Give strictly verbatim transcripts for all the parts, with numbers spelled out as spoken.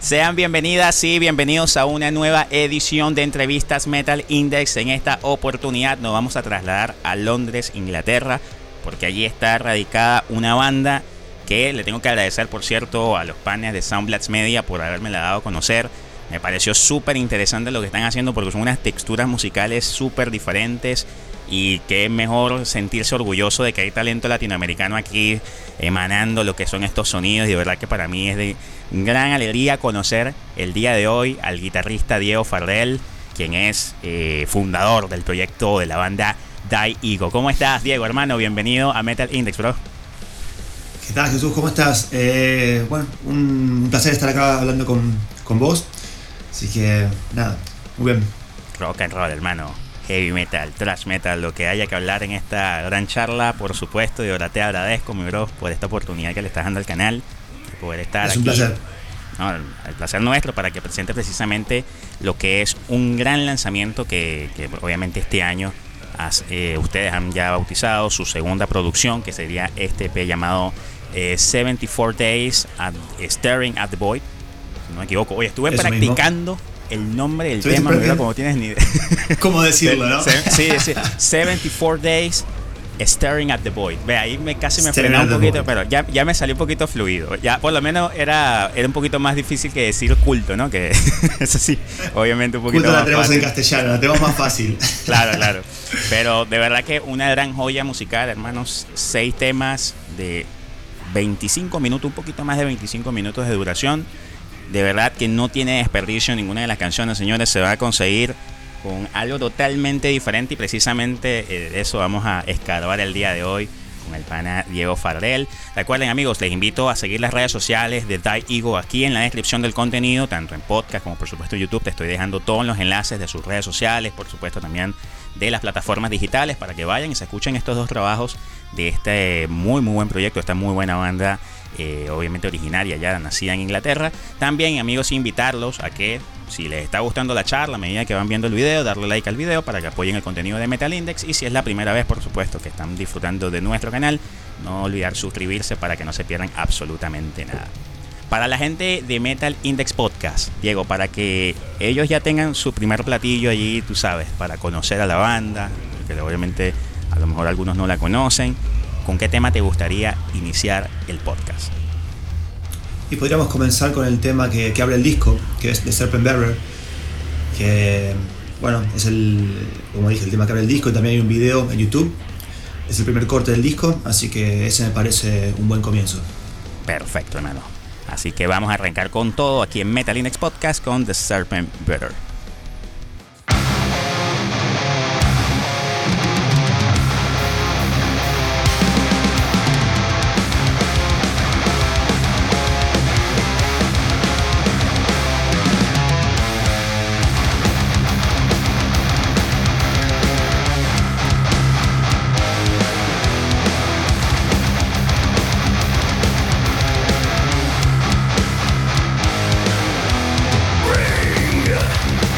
Sean bienvenidas y bienvenidos a una nueva edición de Entrevistas Metal Index. En esta oportunidad nos vamos a trasladar a Londres, Inglaterra, porque allí está radicada una banda que le tengo que agradecer, por cierto, a los panes de Soundblast Media por haberme la dado a conocer. Me pareció súper interesante lo que están haciendo porque son unas texturas musicales súper diferentes y qué mejor sentirse orgulloso de que hay talento latinoamericano aquí emanando lo que son estos sonidos. Y de verdad que para mí es de gran alegría conocer el día de hoy al guitarrista Diego Fardel, quien es eh, fundador del proyecto de la banda Die Ego. ¿Cómo estás, Diego, hermano? Bienvenido a Metal Index, bro. ¿Qué tal, Jesús? ¿Cómo estás? Eh, bueno, un placer estar acá hablando con, con vos. Así que, nada, muy bien. Rock and roll, hermano. Heavy metal, thrash metal, lo que haya que hablar en esta gran charla, por supuesto. Y ahora te agradezco, mi bro, por esta oportunidad que le estás dando al canal, de poder estar es aquí. Un placer. No, el, el placer nuestro para que presente precisamente lo que es un gran lanzamiento que, que obviamente este año has, eh, ustedes han ya bautizado su segunda producción, que sería este E P llamado eh, setenta y cuatro Days at, Staring at the Void. Si no me equivoco. Oye, estuve Eso practicando mismo. El nombre del Estoy tema, mira, como tienes ni idea. ¿Cómo decirlo, no? Sí, sí. setenta y cuatro Days Staring at the Void. Ve, ahí me casi me frené un poquito, pero ya, ya me salió un poquito fluido. Ya por lo menos era, era un poquito más difícil que decir culto, ¿no? Que eso sí, obviamente un poquito culto más la tenemos fácil. En castellano, la tenemos más fácil. Claro, claro. Pero de verdad que una gran joya musical, hermanos. Seis temas de veinticinco minutos, un poquito más de veinticinco minutos de duración. De verdad que no tiene desperdicio ninguna de las canciones, señores. Se va a conseguir con algo totalmente diferente y precisamente eh, de eso vamos a escarbar el día de hoy con el pana Diego Fardel. Recuerden, amigos, les invito a seguir las redes sociales de Die Ego aquí en la descripción del contenido, tanto en podcast como por supuesto en YouTube. Te estoy dejando todos los enlaces de sus redes sociales, por supuesto también de las plataformas digitales, para que vayan y se escuchen estos dos trabajos de este muy muy buen proyecto, esta muy buena banda. Eh, obviamente originaria, ya nacida en Inglaterra. También, amigos, invitarlos a que, si les está gustando la charla a medida que van viendo el video, darle like al video para que apoyen el contenido de Metal Index. Y si es la primera vez, por supuesto, que están disfrutando de nuestro canal, no olvidar suscribirse para que no se pierdan absolutamente nada. Para la gente de Metal Index Podcast, Diego, para que ellos ya tengan su primer platillo allí, tú sabes, para conocer a la banda, que obviamente a lo mejor algunos no la conocen, ¿con qué tema te gustaría iniciar el podcast? Y podríamos comenzar con el tema que, que abre el disco, que es The Serpent Bearer, que, bueno, es el, como dije, el tema que abre el disco, y también hay un video en YouTube. Es el primer corte del disco, así que ese me parece un buen comienzo. Perfecto, hermano. Así que vamos a arrancar con todo aquí en Metal Index Podcast con The Serpent Bearer. Bring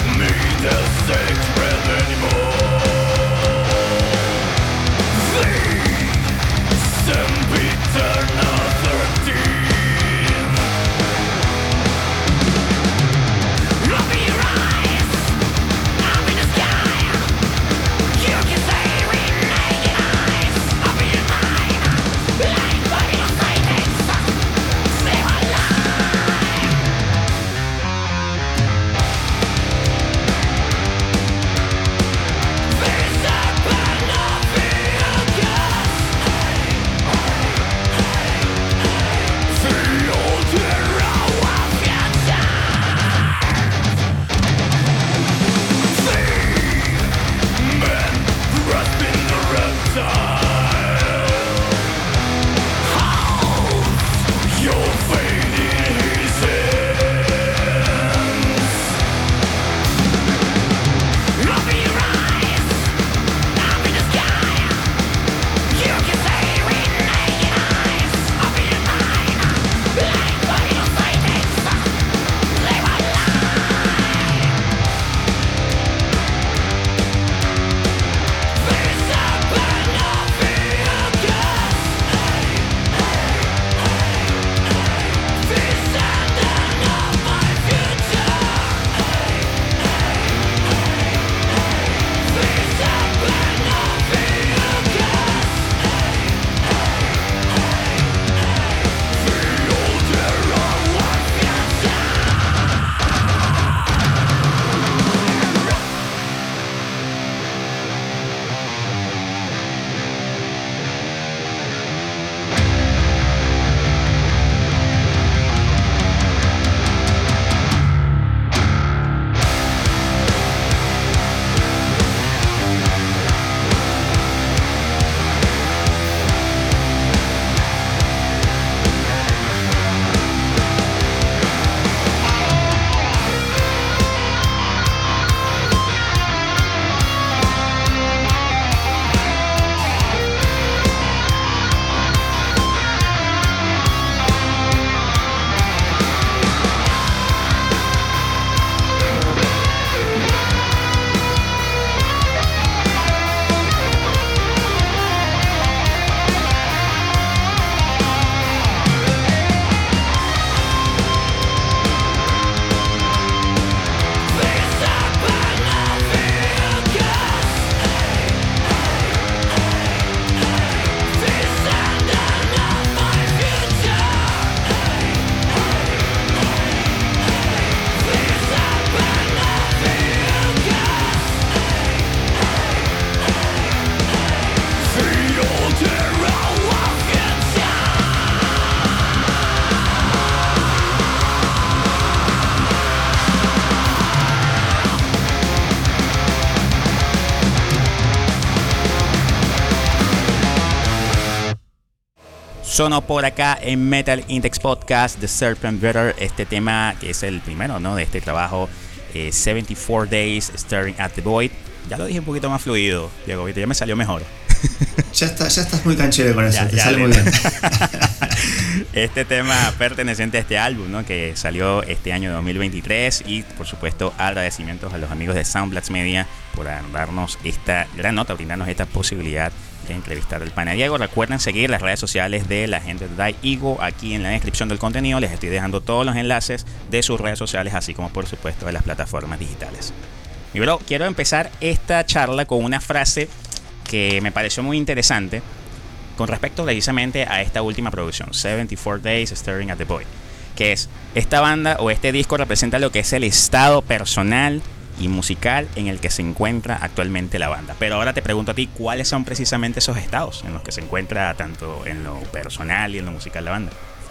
sonó por acá en Metal Index Podcast The Serpent Bearer, este tema que es el primero, ¿no?, de este trabajo, eh, setenta y cuatro Days Staring at the Void. Ya lo dije un poquito más fluido, Diego, ya me salió mejor. Ya, está, ya estás muy canchero con eso, ya, te ya sale le... muy bien. Este tema perteneciente a este álbum, ¿no?, que salió este año dos mil veintitrés, y por supuesto agradecimientos a los amigos de Soundblast Media por darnos esta gran nota, brindarnos esta posibilidad de entrevistar al pana Diego. Recuerden seguir las redes sociales de la gente de Die Eagle aquí en la descripción del contenido. Les estoy dejando todos los enlaces de sus redes sociales, así como por supuesto de las plataformas digitales. Y bro, quiero empezar esta charla con una frase que me pareció muy interesante con respecto precisamente a esta última producción, setenta y cuatro Days Staring at the Void, que es: esta banda o este disco representa lo que es el estado personal y musical en el que se encuentra actualmente la banda. Pero ahora te pregunto a ti, ¿cuáles son precisamente esos estados en los que se encuentra tanto en lo personal y en lo musical la banda?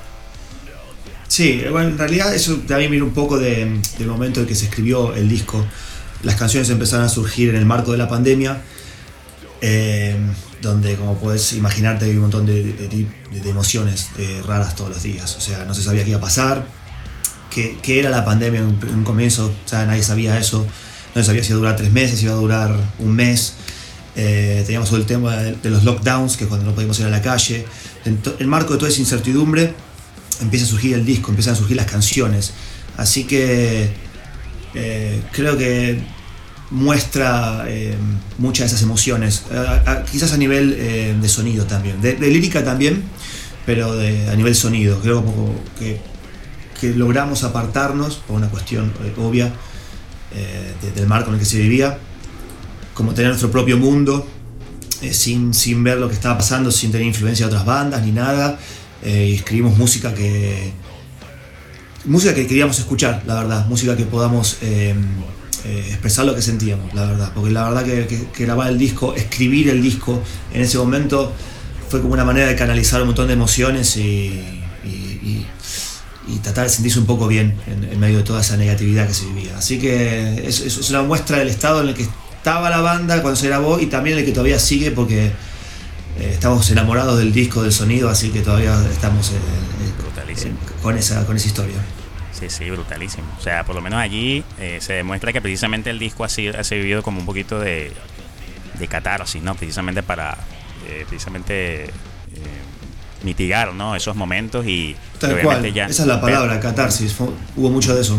Sí, bueno, en realidad eso también viene un poco de, del momento en que se escribió el disco. Las canciones empezaron a surgir en el marco de la pandemia, eh, donde, como puedes imaginarte, hay un montón de, de, de, de emociones eh, raras todos los días. O sea, no se sabía qué iba a pasar, qué, qué era la pandemia en un, en un comienzo. O sea, nadie sabía eso. No se sabía si iba a durar tres meses, si iba a durar un mes. Eh, teníamos todo el tema de, de los lockdowns, que es cuando no podíamos ir a la calle. En to, el marco de toda esa incertidumbre empieza a surgir el disco, empiezan a surgir las canciones. Así que Eh, creo que muestra eh, muchas de esas emociones, a, a, quizás a nivel eh, de sonido también, de, de lírica también, pero de, a nivel sonido. Creo que, que logramos apartarnos por una cuestión eh, obvia eh, de, del marco en el que se vivía, como tener nuestro propio mundo, eh, sin, sin ver lo que estaba pasando, sin tener influencia de otras bandas ni nada, eh, y escribimos música que Música que queríamos escuchar, la verdad, música que podamos eh, eh, expresar lo que sentíamos, la verdad, porque la verdad que, que, que grabar el disco, escribir el disco en ese momento fue como una manera de canalizar un montón de emociones y, y, y, y tratar de sentirse un poco bien en, en medio de toda esa negatividad que se vivía. Así que es, es una muestra del estado en el que estaba la banda cuando se grabó y también el que todavía sigue, porque eh, estamos enamorados del disco, del sonido, así que todavía estamos eh, eh, con, esa, con esa historia. Sí, sí, brutalísimo. O sea, por lo menos allí eh, se demuestra que precisamente el disco ha, sido, ha servido como un poquito de, de catarsis, ¿no? Precisamente para eh, precisamente eh, mitigar, ¿no?, esos momentos y tal cual, ya, esa es la palabra, pero, catarsis. Fue, hubo mucho de eso.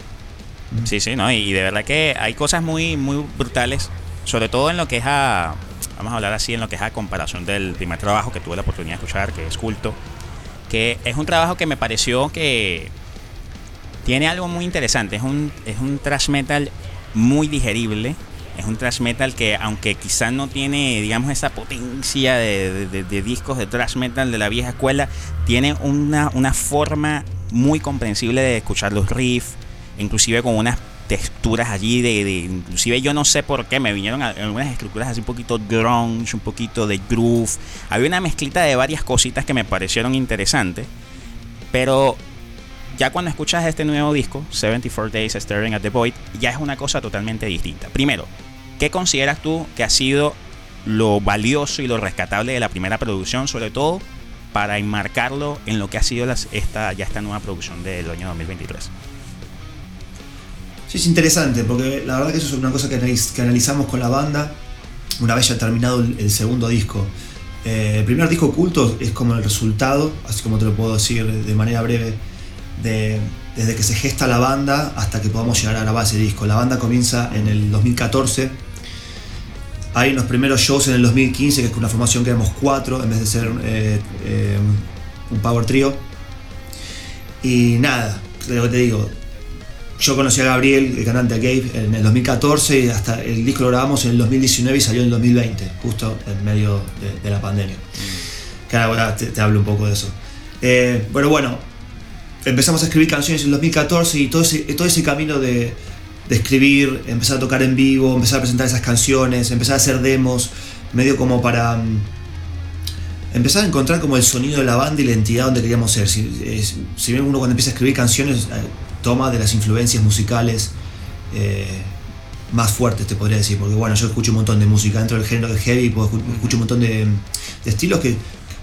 Sí, sí, ¿no? Y, y de verdad que hay cosas muy, muy brutales, sobre todo en lo que es a, vamos a hablar así, en lo que es a comparación del primer trabajo que tuve la oportunidad de escuchar, que es Culto, que es un trabajo que me pareció que tiene algo muy interesante. Es un, es un thrash metal muy digerible. Es un thrash metal que, aunque quizás no tiene, digamos, esa potencia de, de, de, de discos de thrash metal de la vieja escuela, tiene una, una forma muy comprensible de escuchar los riffs, inclusive con unas texturas allí de, de inclusive yo no sé por qué me vinieron algunas estructuras así un poquito grunge, un poquito de groove. Había una mezclita de varias cositas que me parecieron interesantes, pero ya cuando escuchas este nuevo disco, setenta y cuatro Days Staring at the Void, ya es una cosa totalmente distinta. Primero, ¿qué consideras tú que ha sido lo valioso y lo rescatable de la primera producción, sobre todo para enmarcarlo en lo que ha sido las, esta, ya esta nueva producción del año dos mil veintitrés? Sí, es interesante, porque la verdad que eso es una cosa que, analiz- que analizamos con la banda una vez ya terminado el, el segundo disco. Eh, el primer disco, Culto, es como el resultado, así como te lo puedo decir de manera breve, De, desde que se gesta la banda hasta que podamos llegar a grabar ese disco. La banda comienza en el dos mil catorce. Hay unos primeros shows en el dos mil quince, que es una formación que éramos cuatro en vez de ser eh, eh, un power trio. Y nada, lo que te digo, yo conocí a Gabriel, el cantante de Gabe, en el dos mil catorce, y hasta el disco lo grabamos en el dos mil diecinueve y salió en el dos mil veinte, justo en medio de, de la pandemia. Que ahora te, te hablo un poco de eso. Eh, pero bueno, empezamos a escribir canciones en el dos mil catorce y todo ese, todo ese camino de, de escribir, empezar a tocar en vivo, empezar a presentar esas canciones, empezar a hacer demos, medio como para um, empezar a encontrar como el sonido de la banda y la entidad donde queríamos ser. Si, es, si bien uno cuando empieza a escribir canciones eh, toma de las influencias musicales eh, más fuertes, te podría decir, porque bueno, yo escucho un montón de música dentro del género de heavy, escucho un montón de, de estilos que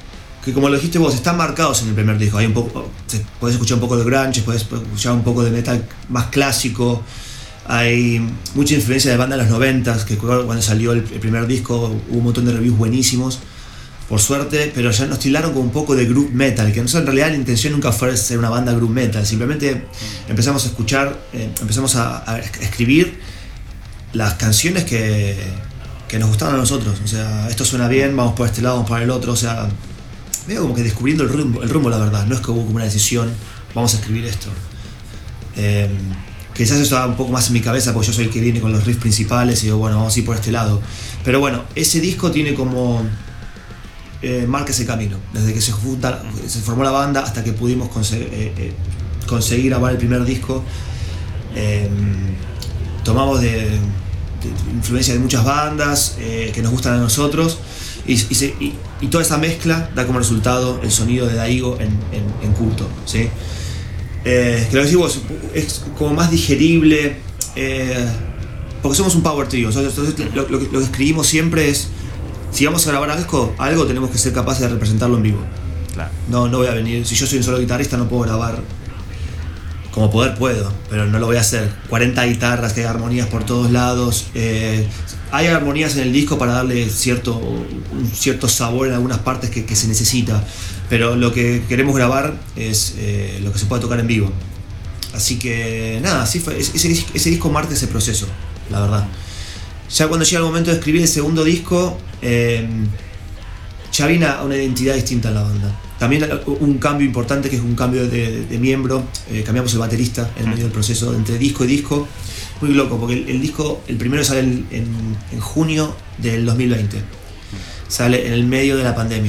que como lo dijiste vos, están marcados en el primer disco. Hay un poco, podés escuchar un poco de grunge, podés escuchar un poco de metal más clásico. Hay mucha influencia de bandas de los noventas, que cuando salió el primer disco hubo un montón de reviews buenísimos, por suerte, pero ya nos tiraron con un poco de groove metal, que nosotros en realidad la intención nunca fue ser una banda groove metal, simplemente empezamos a escuchar, eh, empezamos a, a escribir las canciones que, que nos gustaban a nosotros. O sea, esto suena bien, vamos por este lado, vamos por el otro, o sea, medio como que descubriendo el rumbo, el rumbo la verdad, no es que hubo como una decisión, vamos a escribir esto. Eh, Quizás eso estaba un poco más en mi cabeza porque yo soy el que viene con los riffs principales y digo, bueno, vamos a ir por este lado. Pero bueno, ese disco tiene como... Eh, marca ese camino. Desde que se, junta, se formó la banda hasta que pudimos conseguir, eh, eh, conseguir grabar el primer disco. Eh, tomamos de, de, de influencia de muchas bandas eh, que nos gustan a nosotros. Y, y, se, y, y toda esa mezcla da como resultado el sonido de Daigo en, en, en culto, ¿sí? Eh, que lo decimos, es como más digerible, eh, porque somos un power trio. Entonces, lo, lo, lo que escribimos siempre es, si vamos a grabar algo, algo tenemos que ser capaces de representarlo en vivo. Claro. No, no voy a venir, si yo soy un solo guitarrista no puedo grabar, como poder puedo, pero no lo voy a hacer. cuarenta guitarras, que hay armonías por todos lados. Eh, hay armonías en el disco para darle cierto, un cierto sabor en algunas partes que, que se necesita, pero lo que queremos grabar es eh, lo que se puede tocar en vivo. Así que nada, así fue. Ese, ese disco marca ese proceso, la verdad. Ya cuando llega el momento de escribir el segundo disco, eh, ya viene a una identidad distinta en la banda. También un cambio importante, que es un cambio de, de, de miembro. Eh, cambiamos el baterista en medio del proceso entre disco y disco. Muy loco, porque el, el disco, el primero sale en, en, en junio del dos mil veinte. Sale en el medio de la pandemia.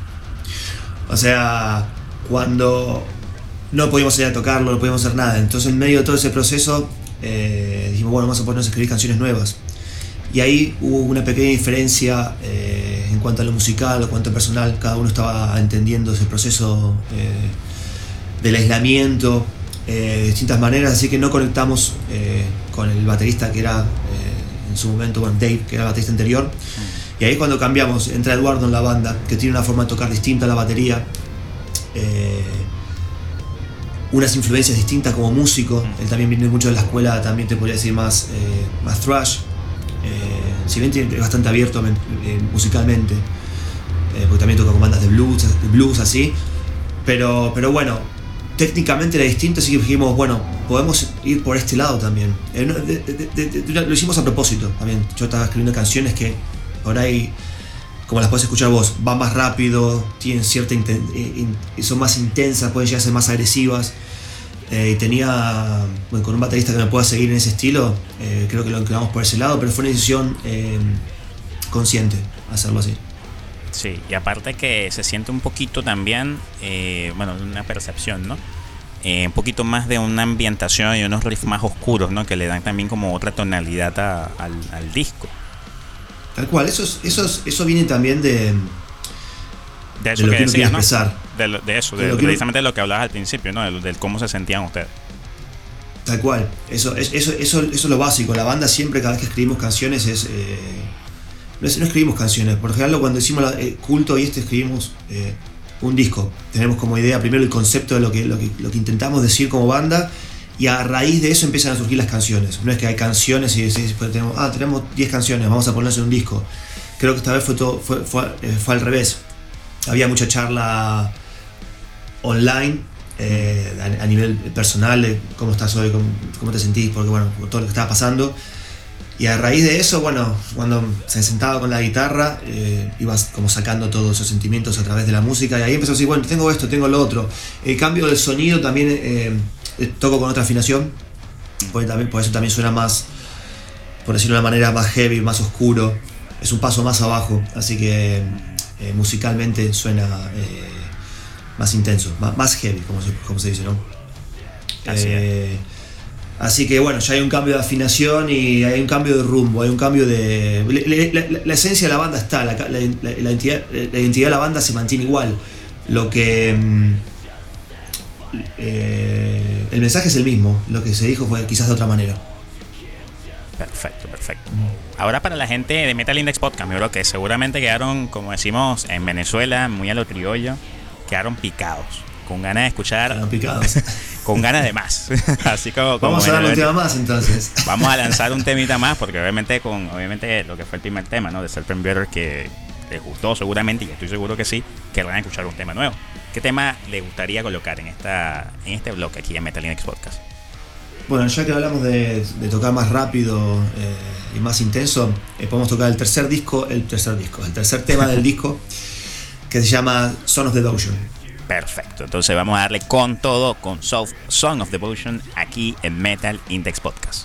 O sea, cuando no podíamos ir a tocarlo, no podíamos hacer nada. Entonces en medio de todo ese proceso eh, dijimos, bueno, vamos a ponernos a escribir canciones nuevas. Y ahí hubo una pequeña diferencia eh, en cuanto a lo musical, en cuanto a personal. Cada uno estaba entendiendo ese proceso eh, del aislamiento eh, de distintas maneras, así que no conectamos eh, con el baterista que era eh, en su momento, bueno, Dave, que era el baterista anterior. Y ahí cuando cambiamos, entra Eduardo en la banda, que tiene una forma de tocar distinta a la batería, eh, unas influencias distintas como músico. Él también viene mucho de la escuela, también te podría decir más, eh, más thrash. Eh, si bien es bastante abierto eh, musicalmente, eh, porque también toca con bandas de blues, de blues así, pero, pero bueno, técnicamente era distinto, así que dijimos, bueno, podemos ir por este lado también. Eh, de, de, de, de, lo hicimos a propósito también. Yo estaba escribiendo canciones que por ahí, como las podés escuchar vos, van más rápido, tienen cierta inten- in, son más intensas, pueden llegar a ser más agresivas. Eh, y tenía, bueno, con un baterista que me pueda seguir en ese estilo, eh, creo que lo inclinamos por ese lado, pero fue una decisión eh, consciente hacerlo así. Sí, y aparte que se siente un poquito también, eh, bueno, una percepción, ¿no? Eh, un poquito más de una ambientación y unos riffs más oscuros, ¿no? Que le dan también como otra tonalidad a, al, al disco. Tal cual, eso, es, eso, es, eso viene también de... De eso de lo que, que decías, uno ¿no? quiere expresar. De, lo, de eso, de, de de que precisamente de lo que hablabas al principio, ¿no? De, de cómo se sentían ustedes. Tal cual, eso, eso, eso, eso es lo básico. La banda siempre, cada vez que escribimos canciones, es, eh, no, es no escribimos canciones. Por ejemplo, cuando hicimos la, eh, Culto y este, escribimos eh, un disco. Tenemos como idea primero el concepto de lo que, lo, que, lo que intentamos decir como banda, y a raíz de eso empiezan a surgir las canciones. No es que hay canciones y decís, pues tenemos, ah, tenemos diez canciones, vamos a ponerlas en un disco. Creo que esta vez fue, todo, fue, fue, eh, fue al revés. Había mucha charla online, eh, a, a nivel personal, de cómo estás hoy, cómo, cómo te sentís, porque bueno, por todo lo que estaba pasando. Y a raíz de eso, bueno, cuando se sentaba con la guitarra, eh, ibas como sacando todos esos sentimientos a través de la música, y ahí empezó a decir, bueno, tengo esto, tengo lo otro. El cambio del sonido también, eh, toco con otra afinación, porque también, por eso también suena más, por decirlo de una manera, más heavy, más oscuro. Es un paso más abajo, así que eh, musicalmente suena eh, más intenso, más, más heavy, como se, como se dice, ¿no? Así eh, Así que bueno, ya hay un cambio de afinación y hay un cambio de rumbo, hay un cambio de... La, la, la esencia de la banda está, la, la, la, identidad, la identidad de la banda se mantiene igual. Lo que... Eh, el mensaje es el mismo, lo que se dijo fue quizás de otra manera. Perfecto, perfecto. Ahora para la gente de Metal Index Podcast, mi bro, que seguramente quedaron, como decimos en Venezuela, muy a lo criollo, quedaron picados, con ganas de escuchar, Quedaron picados. con ganas de más. Así como, como Vamos a darle un Venezuela. tema más entonces. Vamos a lanzar un temita más, porque obviamente con obviamente lo que fue el primer tema, ¿no? De Serpent Bearer, que les gustó seguramente, y estoy seguro que sí, querrán escuchar un tema nuevo. ¿Qué tema les gustaría colocar en esta en este bloque aquí en Metal Index Podcast? Bueno, ya que hablamos de, de tocar más rápido eh, y más intenso, eh, podemos tocar el tercer disco, el tercer disco, el tercer tema del disco, que se llama Son of Devotion. Perfecto, entonces vamos a darle con todo con Soft Song of Devotion aquí en Metal Index Podcast.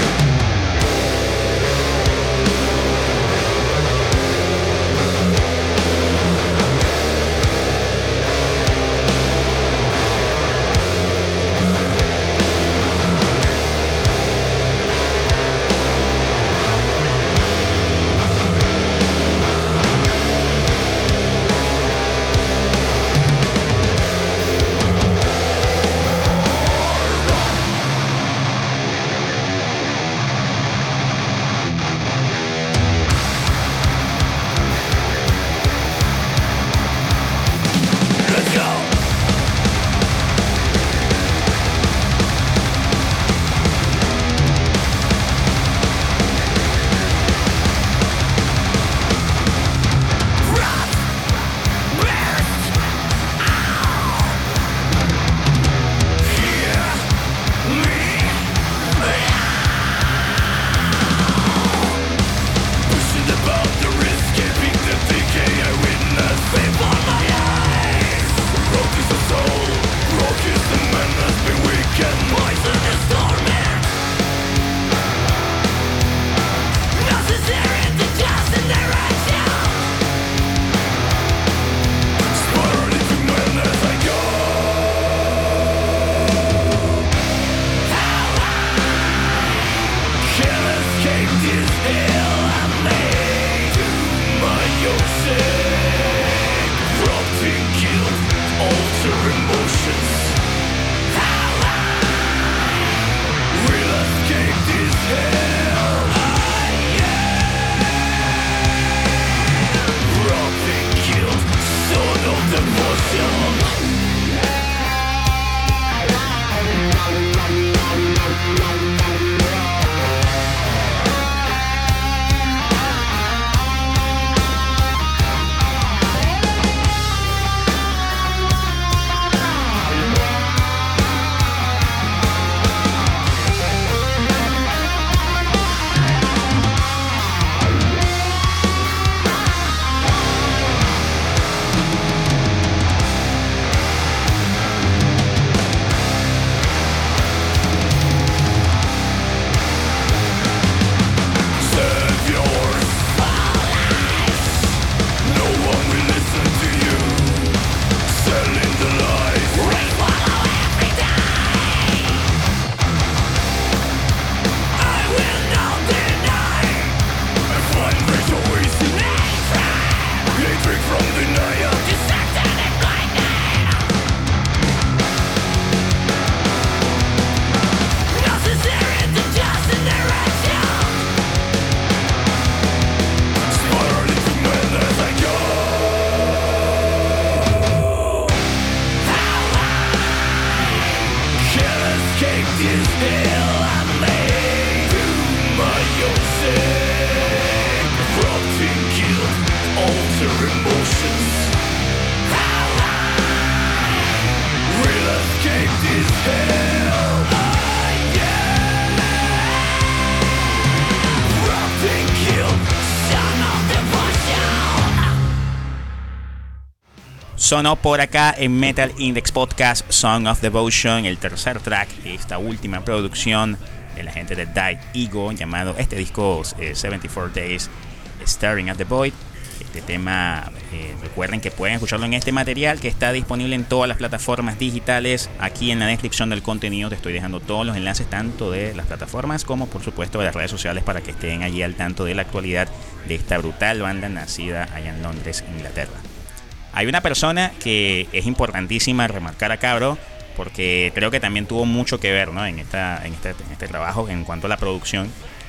Sonó por acá en Metal Index Podcast Song of Devotion, el tercer track de esta última producción de la gente de Died Ego, llamado este disco eh, setenta y cuatro Days Staring at the Void. Este tema, eh, recuerden que pueden escucharlo en este material que está disponible en todas las plataformas digitales. Aquí en la descripción del contenido te estoy dejando todos los enlaces, tanto de las plataformas como por supuesto de las redes sociales, para que estén allí al tanto de la actualidad de esta brutal banda nacida allá en Londres, Inglaterra. Hay una persona que es importantísima remarcar acá, bro, porque creo que también tuvo mucho que ver, ¿no? en, esta, en, este, en este trabajo en cuanto a la producción,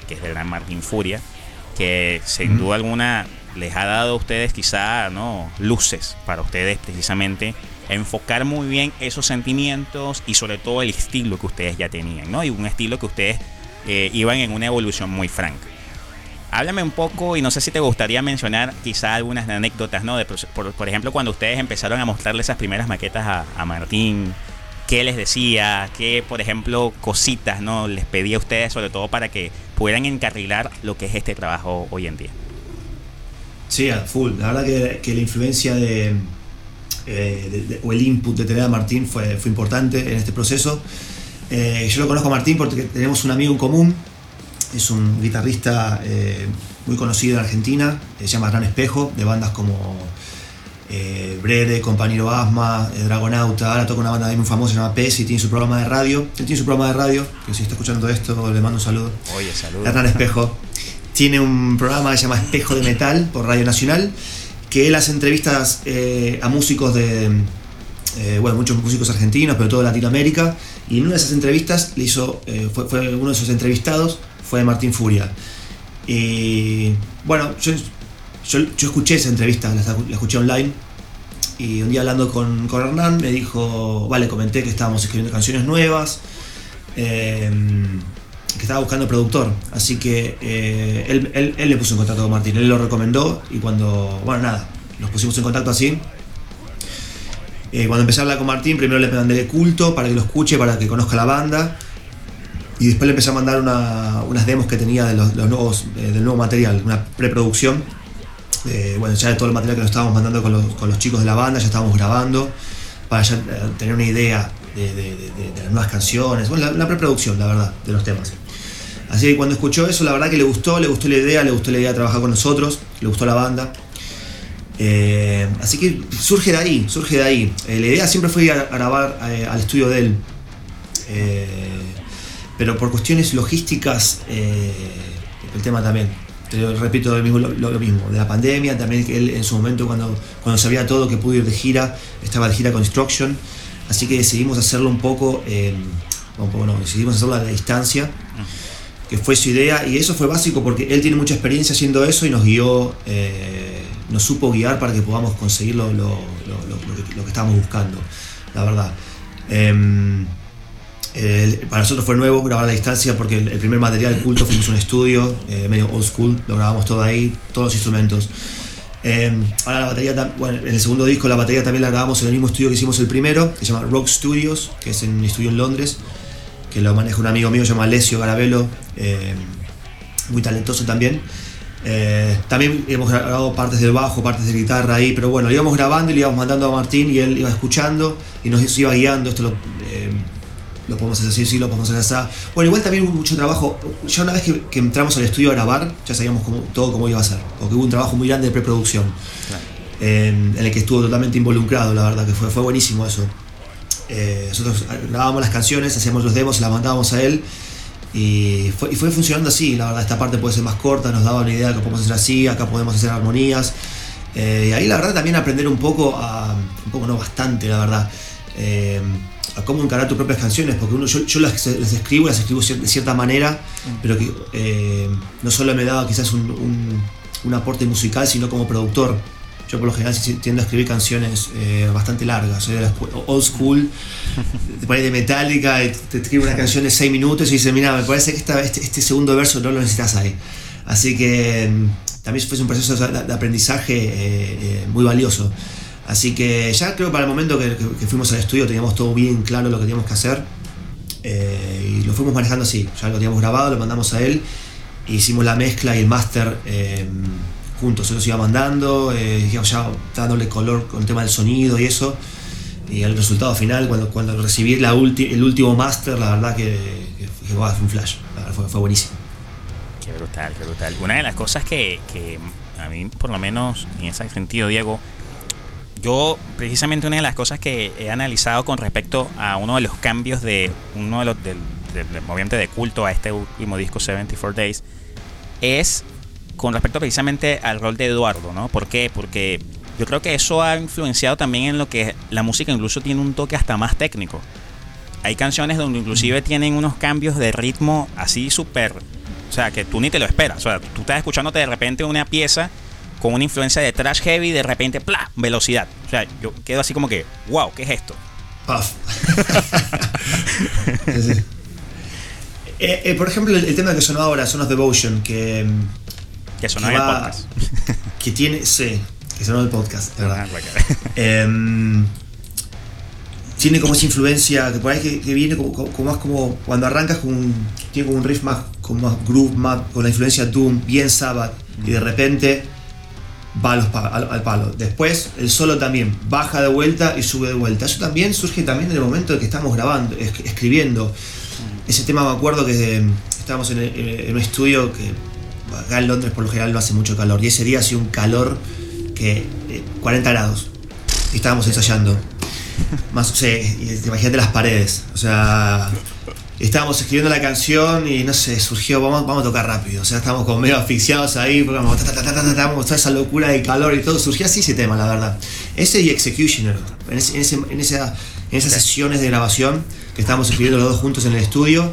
que es del gran Martín Furia, que sin duda alguna les ha dado a ustedes quizá, ¿no?, luces para ustedes precisamente enfocar muy bien esos sentimientos y sobre todo el estilo que ustedes ya tenían, ¿no? Y un estilo que ustedes eh, iban en una evolución muy franca. Háblame un poco, y no sé si te gustaría mencionar quizá algunas anécdotas, ¿no? De, por, por ejemplo, cuando ustedes empezaron a mostrarle esas primeras maquetas a, a Martín, ¿qué les decía? ¿Qué, por ejemplo, cositas, ¿no?, les pedía a ustedes, sobre todo para que pudieran encarrilar lo que es este trabajo hoy en día? Sí, a full. La verdad que, que la influencia de, eh, de, de, o el input de tener a Martín fue, fue importante en este proceso. Eh, yo lo conozco a Martín porque tenemos un amigo en común. Es un guitarrista eh, muy conocido en Argentina, se llama Gran Espejo, de bandas como eh, Brere, Compañero Asma, eh, Dragonauta. Ahora toca una banda muy famosa, se llama Pez, y tiene su programa de radio. Él tiene su programa de radio, que si está escuchando esto le mando un saludo. Oye, saludos. Gran Espejo tiene un programa que se llama Espejo de Metal por Radio Nacional, que él hace entrevistas eh, a músicos de, eh, bueno, muchos músicos argentinos, pero todo de Latinoamérica. Y en una de esas entrevistas le hizo, eh, fue, fue uno de esos entrevistados fue Martín Furia. Y bueno, yo, yo, yo escuché esa entrevista, la, la escuché online, y un día hablando con, con Hernán me dijo, vale, comenté que estábamos escribiendo canciones nuevas, eh, que estaba buscando productor, así que eh, él, él, él le puso en contacto con Martín, él lo recomendó, y cuando, bueno, nada, nos pusimos en contacto así. Eh, cuando empecé a hablar con Martín, primero le mandé Culto para que lo escuche, para que conozca la banda. Y después le empecé a mandar una, unas demos que tenía de los, los nuevos, eh, del nuevo material, una preproducción. Eh, bueno, ya de todo el material que nos estábamos mandando con los, con los chicos de la banda, ya estábamos grabando, para ya eh, tener una idea de, de, de, de las nuevas canciones. Bueno, la, la preproducción, la verdad, de los temas. Así que cuando escuchó eso, la verdad que le gustó, le gustó la idea, le gustó la idea de trabajar con nosotros, le gustó la banda. Eh, así que surge de ahí, surge de ahí. Eh, la idea siempre fue ir a, a grabar eh, al estudio de él. Eh, pero por cuestiones logísticas, eh, el tema también, te repito lo mismo, lo, lo mismo, de la pandemia, también que él en su momento cuando, cuando sabía todo que pudo ir de gira, estaba de gira con Destruction, así que decidimos hacerlo un poco, eh, un poco no, decidimos hacerlo a la distancia, que fue su idea, y eso fue básico porque él tiene mucha experiencia haciendo eso y nos guió, eh, nos supo guiar para que podamos conseguir lo, lo, lo, lo, lo, que, lo que estábamos buscando, la verdad. Eh, Eh, para nosotros fue nuevo grabar a la distancia porque el, el primer material, el Culto, fuimos a un estudio eh, medio old school, lo grabamos todo ahí, todos los instrumentos. Eh, ahora la batería, bueno, en el segundo disco la batería también la grabamos en el mismo estudio que hicimos el primero, que se llama Rock Studios, que es en un estudio en Londres, que lo maneja un amigo mío, se llama Alessio Garabello, eh, muy talentoso también. Eh, también hemos grabado partes del bajo, partes de guitarra ahí, pero bueno, lo íbamos grabando y lo íbamos mandando a Martín y él iba escuchando y nos iba guiando. Esto lo, eh, lo podemos hacer así, sí, lo podemos hacer así. Bueno, igual también hubo mucho trabajo. Ya una vez que, que entramos al estudio a grabar, ya sabíamos cómo, todo cómo iba a ser, porque hubo un trabajo muy grande de preproducción, claro. eh, en el que estuvo totalmente involucrado, la verdad que fue, fue buenísimo eso. Eh, nosotros grabábamos las canciones, hacíamos los demos, las mandábamos a él y fue, y fue funcionando así. La verdad, esta parte puede ser más corta, nos daba una idea que podemos hacer así, acá podemos hacer armonías, eh, y ahí la verdad también aprender un poco a, un poco no bastante la verdad, eh, a cómo encarar tus propias canciones, porque uno, yo, yo las, las escribo, las escribo de cierta manera, pero que eh, no solo me daba quizás un, un, un aporte musical, sino como productor. Yo por lo general tiendo a escribir canciones eh, bastante largas, soy de la old school, te pones de Metallica y te escribo una canción de seis minutos y dices, mira, me parece que esta, este, este segundo verso no lo necesitas ahí. Así que también fue un proceso de, de aprendizaje eh, eh, muy valioso. Así que ya creo para el momento que, que, que fuimos al estudio teníamos todo bien claro lo que teníamos que hacer, eh, y lo fuimos manejando así, ya lo teníamos grabado, lo mandamos a él, e hicimos la mezcla y el máster eh, juntos, él los iba mandando, eh, ya dándole color con el tema del sonido y eso, y el resultado final, cuando, cuando recibí la ulti, el último máster, la verdad que, que, que fue un flash, la verdad, fue, fue buenísimo. Qué brutal, qué brutal. Una de las cosas que, que a mí, por lo menos en ese sentido, Diego, yo precisamente una de las cosas que he analizado con respecto a uno de los cambios de uno de los del, del, del movimiento de culto a este último disco setenta y cuatro Days es con respecto precisamente al rol de Eduardo, ¿no? ¿Por qué? Porque yo creo que eso ha influenciado también en lo que la música incluso tiene un toque hasta más técnico. Hay canciones donde inclusive tienen unos cambios de ritmo así súper O sea, que tú ni te lo esperas. O sea, tú estás escuchándote de repente una pieza con una influencia de thrash heavy, de repente, ¡plá! Velocidad. O sea, yo quedo así como que, wow, ¿qué es esto? Puff. Sí, sí. Eh, eh, por ejemplo, el, el tema que sonó ahora, Son of Devotion, que... Que sonó que en va, el podcast. Que tiene... Sí, que sonó en el podcast, de verdad. Ah, eh, tiene como esa influencia, que por ahí que, que viene como, como más como... Cuando arrancas con un... Tiene como un riff más, como más groove, más, con la influencia Doom, bien Sabbath, mm. y de repente va a los, al, al palo. Después, el solo también baja de vuelta y sube de vuelta. Eso también surge también en el momento en que estamos grabando, escribiendo. Ese tema me acuerdo que estábamos en, en un estudio que acá en Londres por lo general no hace mucho calor, y ese día hacía un calor que eh, cuarenta grados y estábamos ensayando más, o sea, imagínate las paredes, o sea, estábamos escribiendo la canción y no sé, surgió vamos, vamos a tocar rápido, o sea, estábamos como medio asfixiados ahí, porque vamos, ta, ta, ta, ta, ta, ta, toda esa locura de calor y todo, surgió así ese tema, la verdad. Ese y Executioner, en, ese, en, ese, en, esa, en esas sesiones de grabación que estábamos escribiendo los dos juntos en el estudio.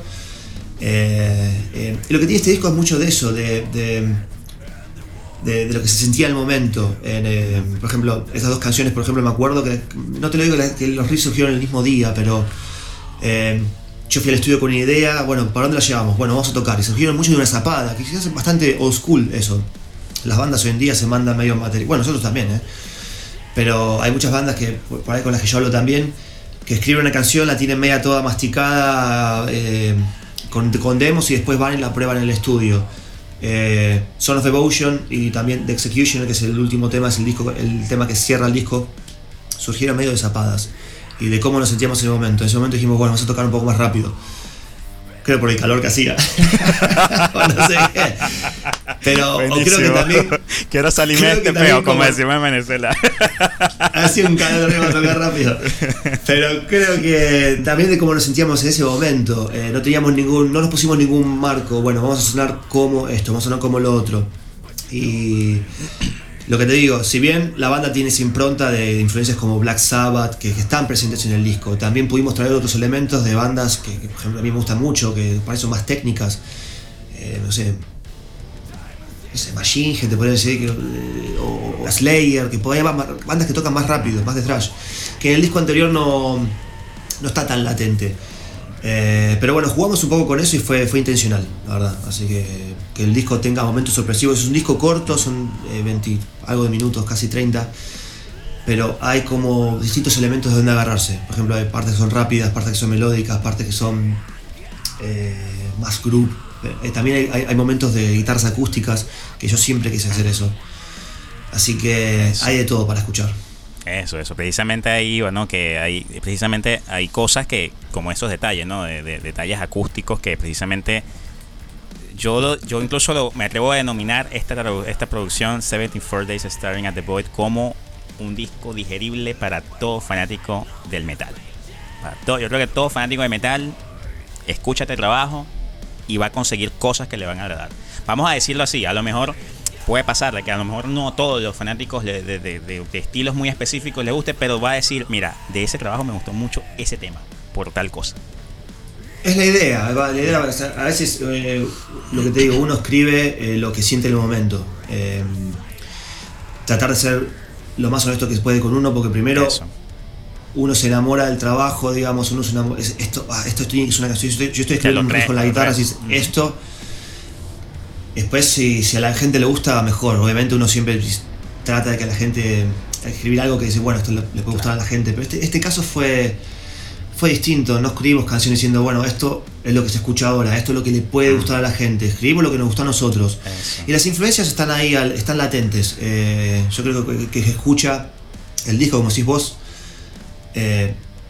Eh, eh, y lo que tiene este disco es mucho de eso, de, de, de, de lo que se sentía en el momento. En, eh, por ejemplo, estas dos canciones, por ejemplo, me acuerdo que, no te lo digo que los riffs surgieron el mismo día, pero eh, yo fui al estudio con una idea, bueno, ¿para dónde la llevamos? Bueno, vamos a tocar. Y surgieron mucho de una zapada, que quizás es bastante old school eso. Las bandas hoy en día se mandan medio material, bueno, nosotros también, ¿eh? Pero hay muchas bandas que, por ahí con las que yo hablo también, que escriben una canción, la tienen media toda masticada, eh, con, con demos, y después van y la prueban en el estudio. Eh, Son of Devotion y también The Executioner, que es el último tema, es el disco, el tema que cierra el disco, surgieron medio de zapadas y de cómo nos sentíamos en ese momento. En ese momento dijimos, bueno, vamos a tocar un poco más rápido. Creo por el calor que hacía. No sé qué. Pero o creo que también. Quiero salirme este peo, como, como decimos en Venezuela. Hacía un calor de tocar rápido. Pero creo que también de cómo nos sentíamos en ese momento. Eh, no teníamos ningún. No nos pusimos ningún marco. Bueno, vamos a sonar como esto, vamos a sonar como lo otro. Y lo que te digo, si bien la banda tiene esa impronta de influencias como Black Sabbath, que, que están presentes en el disco, también pudimos traer otros elementos de bandas que, que por ejemplo, a mí me gustan mucho, que para eso son más técnicas. Eh, no sé, no sé, Machine Head, te podría decir, que, eh, o, o Slayer, que podría haber bandas que tocan más rápido, más de thrash, que en el disco anterior no, no está tan latente. Eh, pero bueno, jugamos un poco con eso y fue, fue intencional, la verdad. Así que que el disco tenga momentos sorpresivos. Es un disco corto, son eh, veinte algo de minutos, casi treinta, pero hay como distintos elementos de donde agarrarse. Por ejemplo, hay partes que son rápidas, partes que son melódicas, partes que son eh, más groove. Eh, también hay, hay momentos de guitarras acústicas, que yo siempre quise hacer eso. Así que eso. Hay de todo para escuchar. Eso, eso, precisamente ahí, bueno, que hay, precisamente hay cosas que, como esos detalles, ¿no? De, de, detalles acústicos que precisamente yo, yo incluso lo, me atrevo a denominar esta, esta producción setenta y cuatro Days Staring at the Void como un disco digerible para todo fanático del metal. Para todo, yo creo que todo fanático de metal escucha este trabajo y va a conseguir cosas que le van a agradar. Vamos a decirlo así, a lo mejor puede pasar de que a lo mejor no a todos los fanáticos de, de, de, de estilos muy específicos les guste, pero va a decir, mira, de ese trabajo me gustó mucho ese tema, por tal cosa. Es la idea, la idea a veces eh, lo que te digo, uno escribe eh, lo que siente en el momento. Eh, tratar de ser lo más honesto que se puede con uno, porque primero Eso. uno se enamora del trabajo, digamos, uno se enamora, es, esto, ah, esto es una canción, yo estoy, yo estoy escribiendo un riff con la guitarra, así, mm. esto. Después, si, si a la gente le gusta, mejor. Obviamente uno siempre trata de que a la gente, escribir algo que dice, bueno, esto le, le puede gustar a la gente. Pero este, este caso fue, fue distinto. No escribimos canciones diciendo, bueno, esto es lo que se escucha ahora, esto es lo que le puede gustar a la gente. Escribimos lo que nos gusta a nosotros. Eso. Y las influencias están ahí, están latentes. Eh, yo creo que, que se escucha el disco, como decís vos, eh,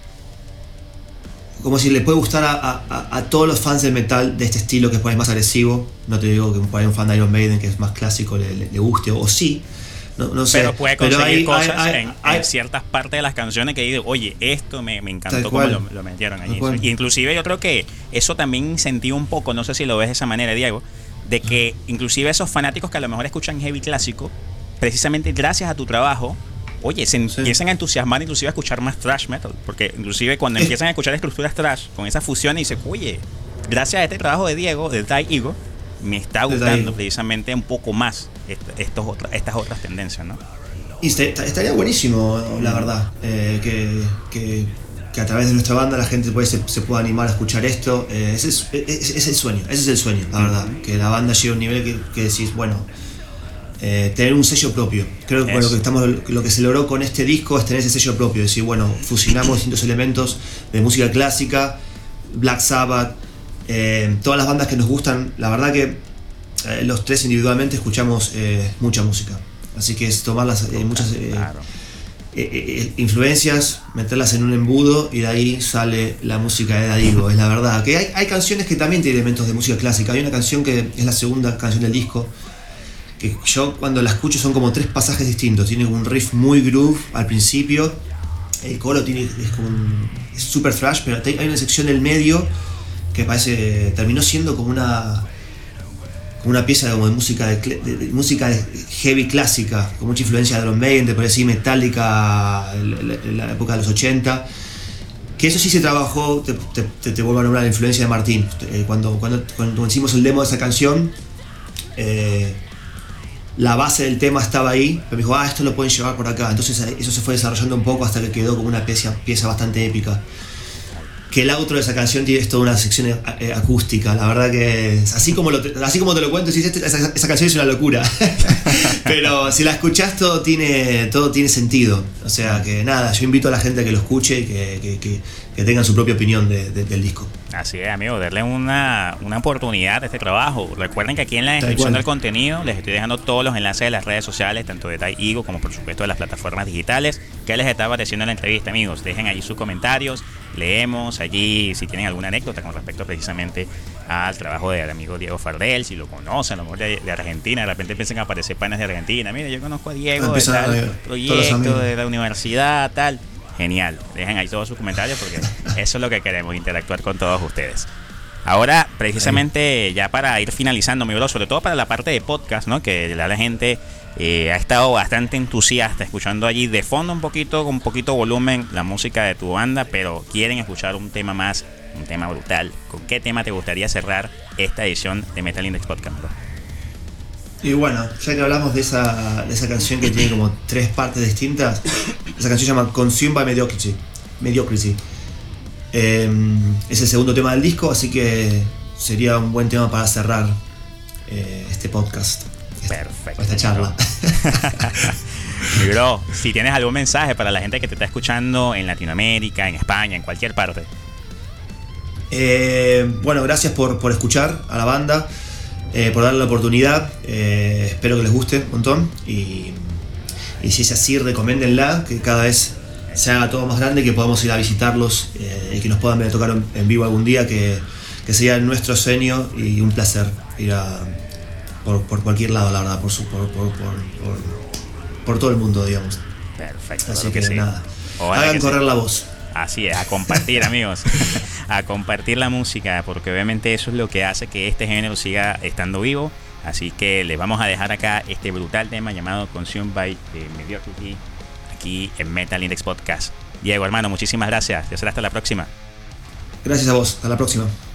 como si le puede gustar a, a, a todos los fans del metal de este estilo, que es más agresivo. No te digo que por ahí un fan de Iron Maiden que es más clásico le, le, le guste, o sí, no, no sé. Pero puede conseguir pero hay, cosas hay, hay, en, hay, en ciertas partes de las canciones que digo, oye, esto me, me encantó como lo, lo metieron allí. Y inclusive yo creo que eso también incentiva un poco, no sé si lo ves de esa manera, Diego, de que inclusive esos fanáticos que a lo mejor escuchan heavy clásico, precisamente gracias a tu trabajo, oye, se sí. empiezan a entusiasmar inclusive a escuchar más thrash metal, porque inclusive cuando eh. empiezan a escuchar estructuras thrash con esa fusión y dicen, oye, gracias a este trabajo de Diego, de Die Ego, me está gustando precisamente un poco más estos otra, estas otras tendencias, ¿no? Y estaría buenísimo, la verdad, eh, que, que, que a través de nuestra banda la gente pues, se, se pueda animar a escuchar esto. Eh, ese, es, ese es el sueño, ese es el sueño, la verdad. Que la banda llegue a un nivel que, que decís, bueno, eh, tener un sello propio. Creo que bueno, lo, que estamos, lo que se logró con este disco es tener ese sello propio. Decir, bueno, fusionamos distintos elementos de música clásica, Black Sabbath, eh, todas las bandas que nos gustan. La verdad que eh, los tres individualmente escuchamos eh, mucha música. Así que es tomar las, eh, muchas eh, claro. eh, eh, influencias, meterlas en un embudo y de ahí sale la música de Dadigo, es la verdad. Que hay, hay canciones que también tienen elementos de música clásica. Hay una canción que es la segunda canción del disco, que yo cuando la escucho son como tres pasajes distintos. Tiene un riff muy groove al principio, el coro tiene, es como un, es super thrash, pero hay una sección del medio que parece, terminó siendo como una... una pieza como de música de, de, de música heavy clásica, con mucha influencia de Iron Maiden, de por así Metallica, en la época de los ochenta, que eso sí se trabajó. Te, te, te vuelvo a nombrar la influencia de Martín. Cuando, cuando, cuando hicimos el demo de esa canción, eh, la base del tema estaba ahí, pero me dijo, ah, esto lo pueden llevar por acá. Entonces eso se fue desarrollando un poco hasta que quedó como una pieza, pieza bastante épica. Que el outro de esa canción tiene toda una sección acústica, la verdad que así como, lo, así como te lo cuento, esa, esa canción es una locura. Pero si la escuchás todo tiene, todo tiene sentido. O sea que nada, yo invito a la gente a que lo escuche y que, que, que, que tengan su propia opinión de, de, del disco. Así es, amigo, darle una, una oportunidad a este trabajo. Recuerden que aquí en la descripción del contenido les estoy dejando todos los enlaces de las redes sociales, tanto de Daigo como por supuesto de las plataformas digitales. ¿Qué les está pareciendo en la entrevista, amigos? Dejen allí sus comentarios, leemos allí si tienen alguna anécdota con respecto precisamente al trabajo del amigo Diego Fardel, si lo conocen, a lo mejor de, de Argentina, de repente empiezan a aparecer panas de Argentina. Mire, yo conozco a Diego de tal proyecto, de la universidad, tal. Genial, dejen ahí todos sus comentarios porque eso es lo que queremos, interactuar con todos ustedes. Ahora, precisamente ya para ir finalizando, mi bro, sobre todo para la parte de podcast, ¿no? Que la, la gente eh, ha estado bastante entusiasta escuchando allí de fondo un poquito, con un poquito volumen, la música de tu banda, pero quieren escuchar un tema más, un tema brutal. ¿Con qué tema te gustaría cerrar esta edición de Metal Index Podcast, bro? Y bueno, ya que hablamos de esa, de esa canción que tiene como tres partes distintas, esa canción se llama Consumed by Mediocrity. Mediocrity. Eh, es el segundo tema del disco, así que sería un buen tema para cerrar eh, este podcast. Perfecto. Esta charla. Mi bro, si tienes algún mensaje para la gente que te está escuchando en Latinoamérica, en España, en cualquier parte. Eh, bueno, gracias por, por escuchar a la banda. Eh, por darle la oportunidad, eh, espero que les guste un montón y, y si es así, recomiéndenla, que cada vez se haga todo más grande, que podamos ir a visitarlos eh, y que nos puedan ver a tocar en vivo algún día, que, que sería nuestro sueño y un placer ir a, por, por cualquier lado, la verdad, por, su, por, por, por, por, por todo el mundo, digamos. Perfecto. Así que, que sí. nada, Ojalá hagan que correr sí. la voz. Así es, a compartir, amigos, a compartir la música, porque obviamente eso es lo que hace que este género siga estando vivo. Así que les vamos a dejar acá este brutal tema llamado Consumed by Mediocrity aquí en Metal Index Podcast. Diego, hermano, muchísimas gracias. Yo será hasta la próxima. Gracias a vos, hasta la próxima.